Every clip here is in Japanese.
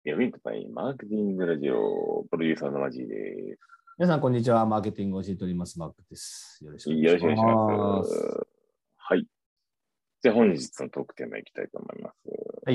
ヤミートパイマーケティングラジオプロデューサーのマジーです。 皆さん、こんにちは。マーケティングを教えております。マークです。よろしくお願いしよろしくお願いしまます。 す。はい。じゃあ本日のトークテーマいきたいと思います。 はい。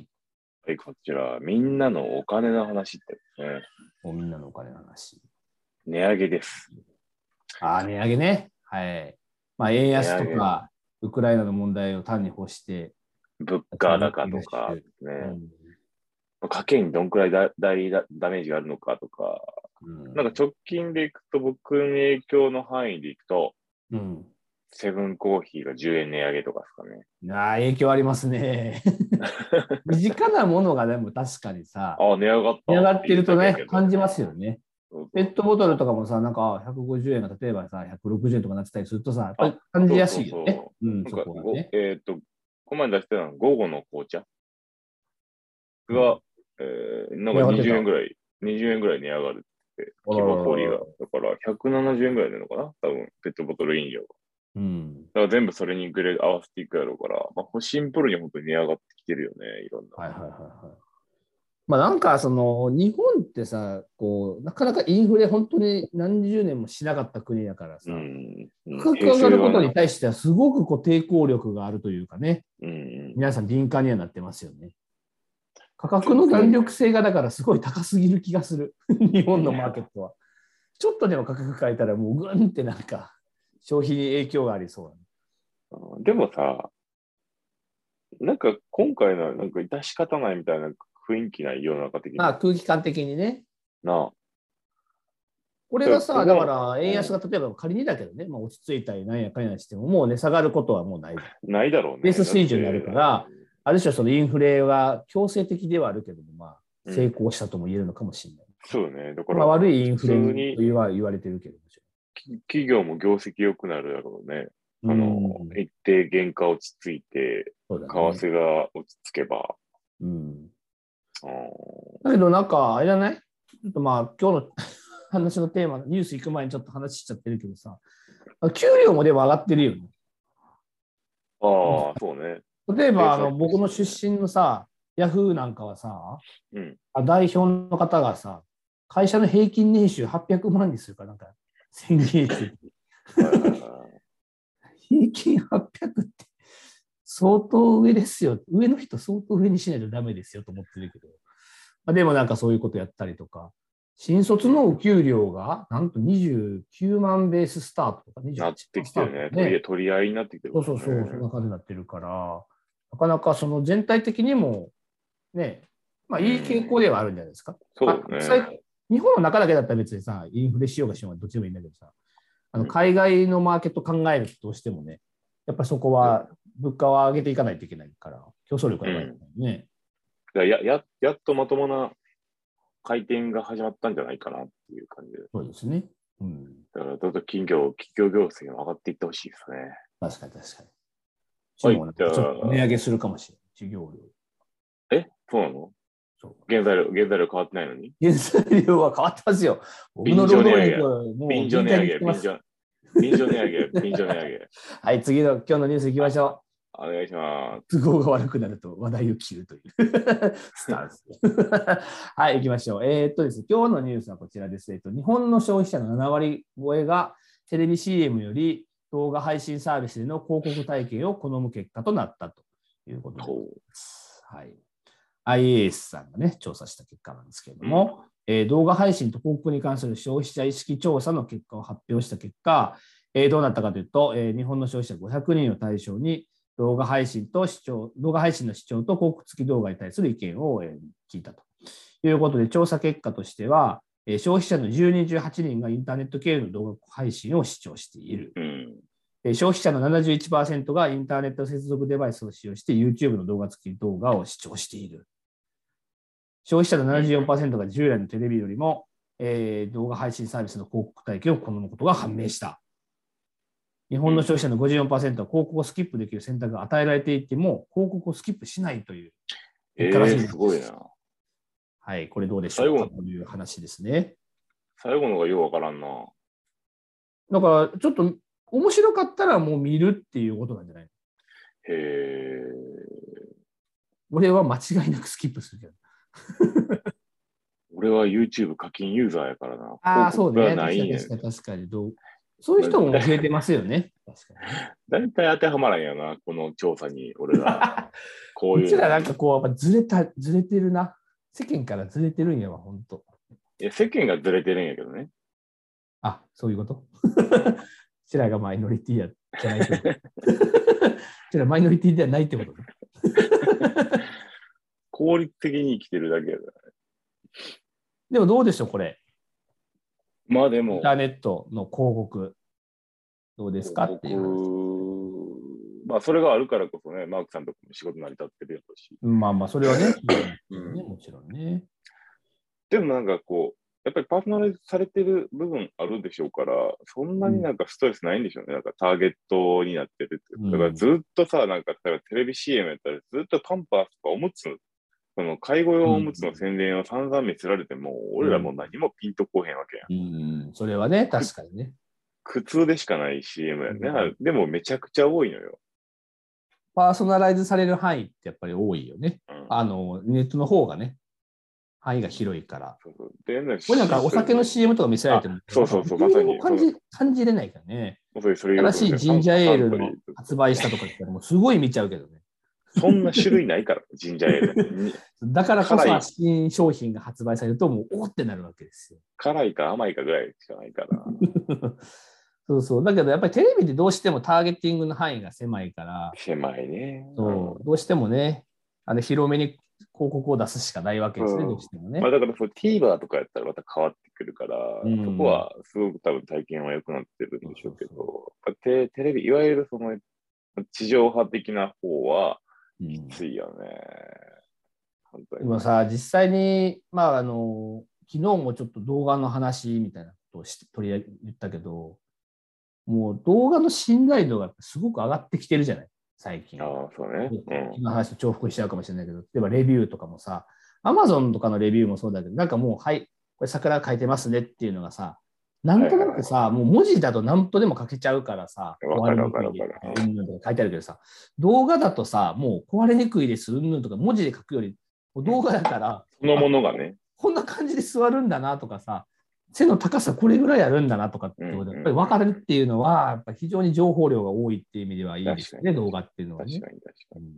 はい、こちら、みんなのお金の話ってですね、 もうみんなのお金の話。 値上げです。 値上げね。はい。円安値上げ、 とか、ウクライナの問題を単に欲して、 物価高とかですね、家計にどんくらいダメージがあるのかとか、なんか直近でいくと僕の影響の範囲でいくと、セブンコーヒーが10円値上げとかですかね。 影響ありますね。身近なものがでも確かにさ、 値上がった。 値上がってるとね、感じますよね。 そうペットボトルとかもさ、なんか150円が例えばさ、160円とかなってたりするとさ、やっぱり感じやすいよね。そこはね。 この前出してたの午後の紅茶が、なんか20円ぐらい、20円ぐらい値上がるって、希望小売が。だから170円ぐらいなのかな多分、ペットボトル飲料が。だから全部それに合わせていくやろうから、シンプルに本当に値上がってきてるよね、いろんな。 はいはいはいはい。なんか日本ってさ、なかなかインフレ本当に何十年もしなかった国だからさ、価格上がることに対してはすごく抵抗力があるというかね、皆さん敏感にはなってますよね。価格の弾力性がだからすごい高すぎる気がする。日本のマーケットは。ちょっとでも価格変えたらもうグンってなんか消費に影響がありそうだ、ね。でもさ、なんか今回のなんか致し方ないみたいな雰囲気ない世の中的に。 空気感的にね。 なあ。 これがさ、だから円安が例えば仮にだけどね、落ち着いたりなんやかんやしても、もう値下がることはもうない。 ないだろうね。 ベース水準になるから、ある種そのインフレは強制的ではあるけども、成功したとも言えるのかもしれない。 そうね。だから悪いインフレと言われてるけど。 企業も業績良くなるだろうね。一定原価落ち着いて、為替が落ち着けば。 だけどなんか、あれじゃない？ちょっと今日の話のテーマ、ニュース行く前にちょっと話しちゃってるけどさ、給料もでも上がってるよね。 そうね。 例えば、僕の出身のさ、ヤフーなんかはさ、代表の方がさ、会社の平均年収800万にするかなんか宣言してて。平均800って相当上ですよ。上の人相当上にしないとダメですよと思ってるけど。でもなんかそういうことやったりとか、新卒のお給料がなんと29万ベーススタートとか28万なってきてるね。取り合いになってきてる、 ね。そう、そんな感じになってるから、なかなかその全体的にもね、いい傾向ではあるんじゃないですか。 そうね。 日本の中だけだったら別にさ、インフレしようがしようがどっちでもいいんだけどさ、海外のマーケット考えるとどうしてもね、やっぱりそこは物価を上げていかないといけないから、競争力がやばいね。 やっとまともな回転が始まったんじゃないかなっていう感じで。 そうですね。 だからどんどん企業業績も上がっていってほしいですね。 確かに。はい、じゃあちょっと値上げするかもしれない。授業料。そうなの？原材料変わってないのに？ 原材料は変わってますよ。 便乗値上げ。便乗値上げ。 はい、今日のニュースいきましょう。お願いします。 都合が悪くなると話題を切るというスタンス。はい、行きましょう。ですね、今日のニュースはこちらです。日本の消費者の7割超えがテレビ CM より動画配信サービスでの広告体験を好む結果となったということです。はい。IAS さんがね、調査した結果なんですけれども、動画配信と広告に関する消費者意識調査の結果を発表した結果、どうなったかというと、日本の消費者500人を対象に動画配信の視聴と広告付き動画に対する意見を聞いたということで、調査結果としては、消費者の10人中8人がインターネット経由の動画配信を視聴している。消費者の 71% がインターネット接続デバイスを使用して YouTube の動画付き動画を視聴している。消費者の 74% が従来のテレビよりも、動画配信サービスの広告体験を好むことが判明した。日本の消費者の 54% は広告をスキップできる選択が与えられていても、広告をスキップしないという結果らしいです。 すごいな。 はい、これどうでしょうかという話ですね。 最後のがようわからんな。 だから、ちょっと面白かったらもう見るっていうことなんじゃない？俺は間違いなくスキップするけど。 俺は YouTube 課金ユーザーやからな。 ああ、そうね。 広告がないんやねん。 確かに。そういう人も増えてますよね。確かにね。 大体当てはまらんよな、この調査に、俺ら。こういうの。 うちらなんかこう、やっぱずれてるな。世間からずれてるんやわ、ほんと。 いや、世間がずれてるんやけどね。 あ、そういうことうちらがマイノリティやじゃないってこと。うちらマイノリティではないってことね。 効率的に生きてるだけだ。 でもどうでしょう、これ。 まあでも、 インターネットの広告、どうですかっていう話。 まあそれがあるからこそね、マークさんとかも仕事成り立ってるやろうし。 まあまあ、それはね、 うんもちろんね。 でもなんかこう、やっぱりパーソナライズされてる部分あるでしょうから、そんなになんかストレスないんでしょうね。なんかターゲットになってるっていう。だからずっとさ、なんか例えばテレビ CM やったらずっとパンパースとかおむつ、その介護用おむつの宣伝を散々見せられても、俺らもう何もピンとこうへんわけやん。 それはね、確かにね。 苦痛でしかない CM やね。でもめちゃくちゃ多いのよ。 パーソナライズされる範囲ってやっぱり多いよね。ネットの方がね、範囲が広いから。 でね、 これなんかお酒の CM とか見せられても、 そう、まさに。 感じれないからね。 それ新しいジンジャーエールの発売したとかってもうすごい見ちゃうけどね。 そんな種類ないから、ジンジャーエール。 だからこそ新商品が発売されるともうおってなるわけですよ。 辛いか甘いかぐらいしかないから。 そうそう。だけどやっぱりテレビでどうしてもターゲティングの範囲が狭いから。 狭いね。 そう。どうしてもね、広めに広告を出すしかないわけですね、どうしてもね。 まあ、だからTVer とかやったらまた変わってくるから、そこはすごく多分体験は良くなってるんでしょうけど、テレビ、いわゆるその地上波的な方はきついよね。 本当に今さ、実際に、まあ昨日もちょっと動画の話みたいなことを取り言ったけど、もう動画の信頼度がすごく上がってきてるじゃない、最近。 ああ、そうね。 今話と重複しちゃうかもしれないけど、例えばレビューとかもさ、Amazon とかのレビューもそうだけど、なんかもう、はい、これ桜書いてますねっていうのがさ、なんとなくさ、もう文字だと何とでも書けちゃうからさ、 壊れにくいで、うんぬんとか書いてあるけどさ、動画だとさ、もう壊れにくいです、うんぬんとか文字で書くより、動画だから、 そのものがね。 こんな感じで座るんだなとかさ、背の高さこれぐらいあるんだなとかってことで、やっぱり分かるっていうのは、やっぱ非常に情報量が多いっていう意味ではいいですね、動画っていうのはね。 確かに。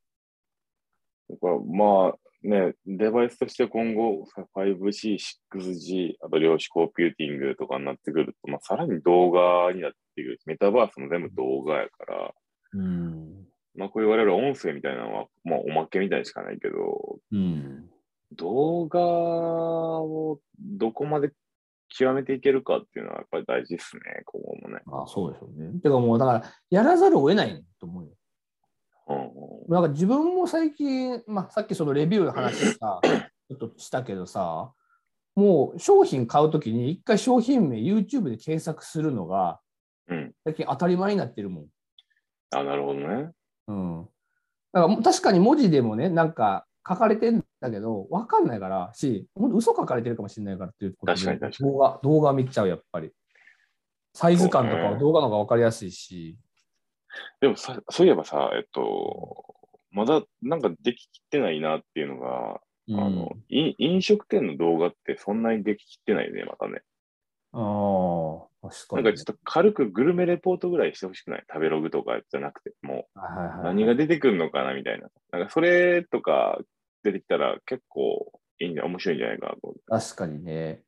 まあね、デバイスとして今後 5G、6G、あと量子コンピューティングとかになってくると、まあ、さらに動画になってくるし、メタバースも全部動画やから、まあこういう我々音声みたいなのは、まあおまけみたいしかないけど、動画をどこまで極めていけるかっていうのはやっぱり大事ですね、今後もね。 ああ、そうでしょうね。てかもうだからやらざるを得ないと思うよ。なんか自分も最近、まあ、さっきそのレビューの話さ、ちょっとしたけどさ、もう商品買うときに一回商品名 YouTube で検索するのが、最近当たり前になってるもん。 あ、なるほどね。 だから確かに文字でもね、なんか書かれてんだけど、分かんないからし、嘘書かれてるかもしれないからっていうことで、動画見ちゃう、やっぱり。サイズ感とかは動画の方が分かりやすいし。 でもそういえばさ、まだなんかでききってないなっていうのが、飲食店の動画ってそんなにでききってないね、またね。 確かに。 なんかちょっと軽くグルメレポートぐらいしてほしくない？食べログとかじゃなくて、もう何が出てくるのかなみたいな。なんかそれとか出てきたら結構面白いんじゃないかなと思って。 確かにね。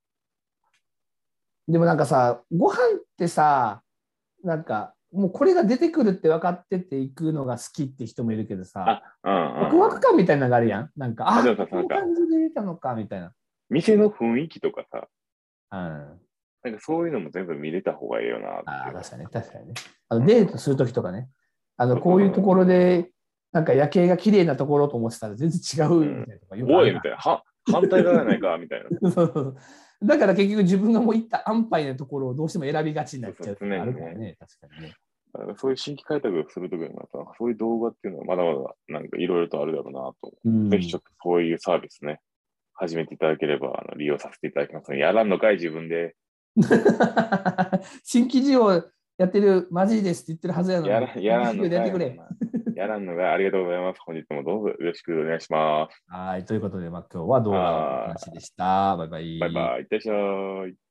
でもなんかさ、ご飯ってさ、なんかもうこれが出てくるって分かってていくのが好きって人もいるけどさ、ワクワク感みたいなのがあるやん。なんか、こういう感じで出たのかみたいな。 店の雰囲気とかさ、 なんかそういうのも全部見れた方がいいよな。 確かにね。デートするときとかね、こういうところで、なんか夜景が綺麗なところと思ってたら全然違うみたいなとか、 おいみたいな。反対側やないかみたいな。 だから結局自分がもう行った安牌なところをどうしても選びがちになっちゃうってあるからね、確かにね。 そういう新規開拓をするときには、そういう動画っていうのはまだまだなんかいろいろとあるだろうなと。ぜひちょっとそういうサービスね、始めていただければ利用させていただきます。やらんのかい、自分で。 新規事業やってる、マジですって言ってるはずやのに。 やらんのやってくれ。 やらんのがありがとうございます。本日もどうぞよろしくお願いします。 はい。ということで、今日は動画の話でした。バイバイ。 バイバイ。いってらっしゃい。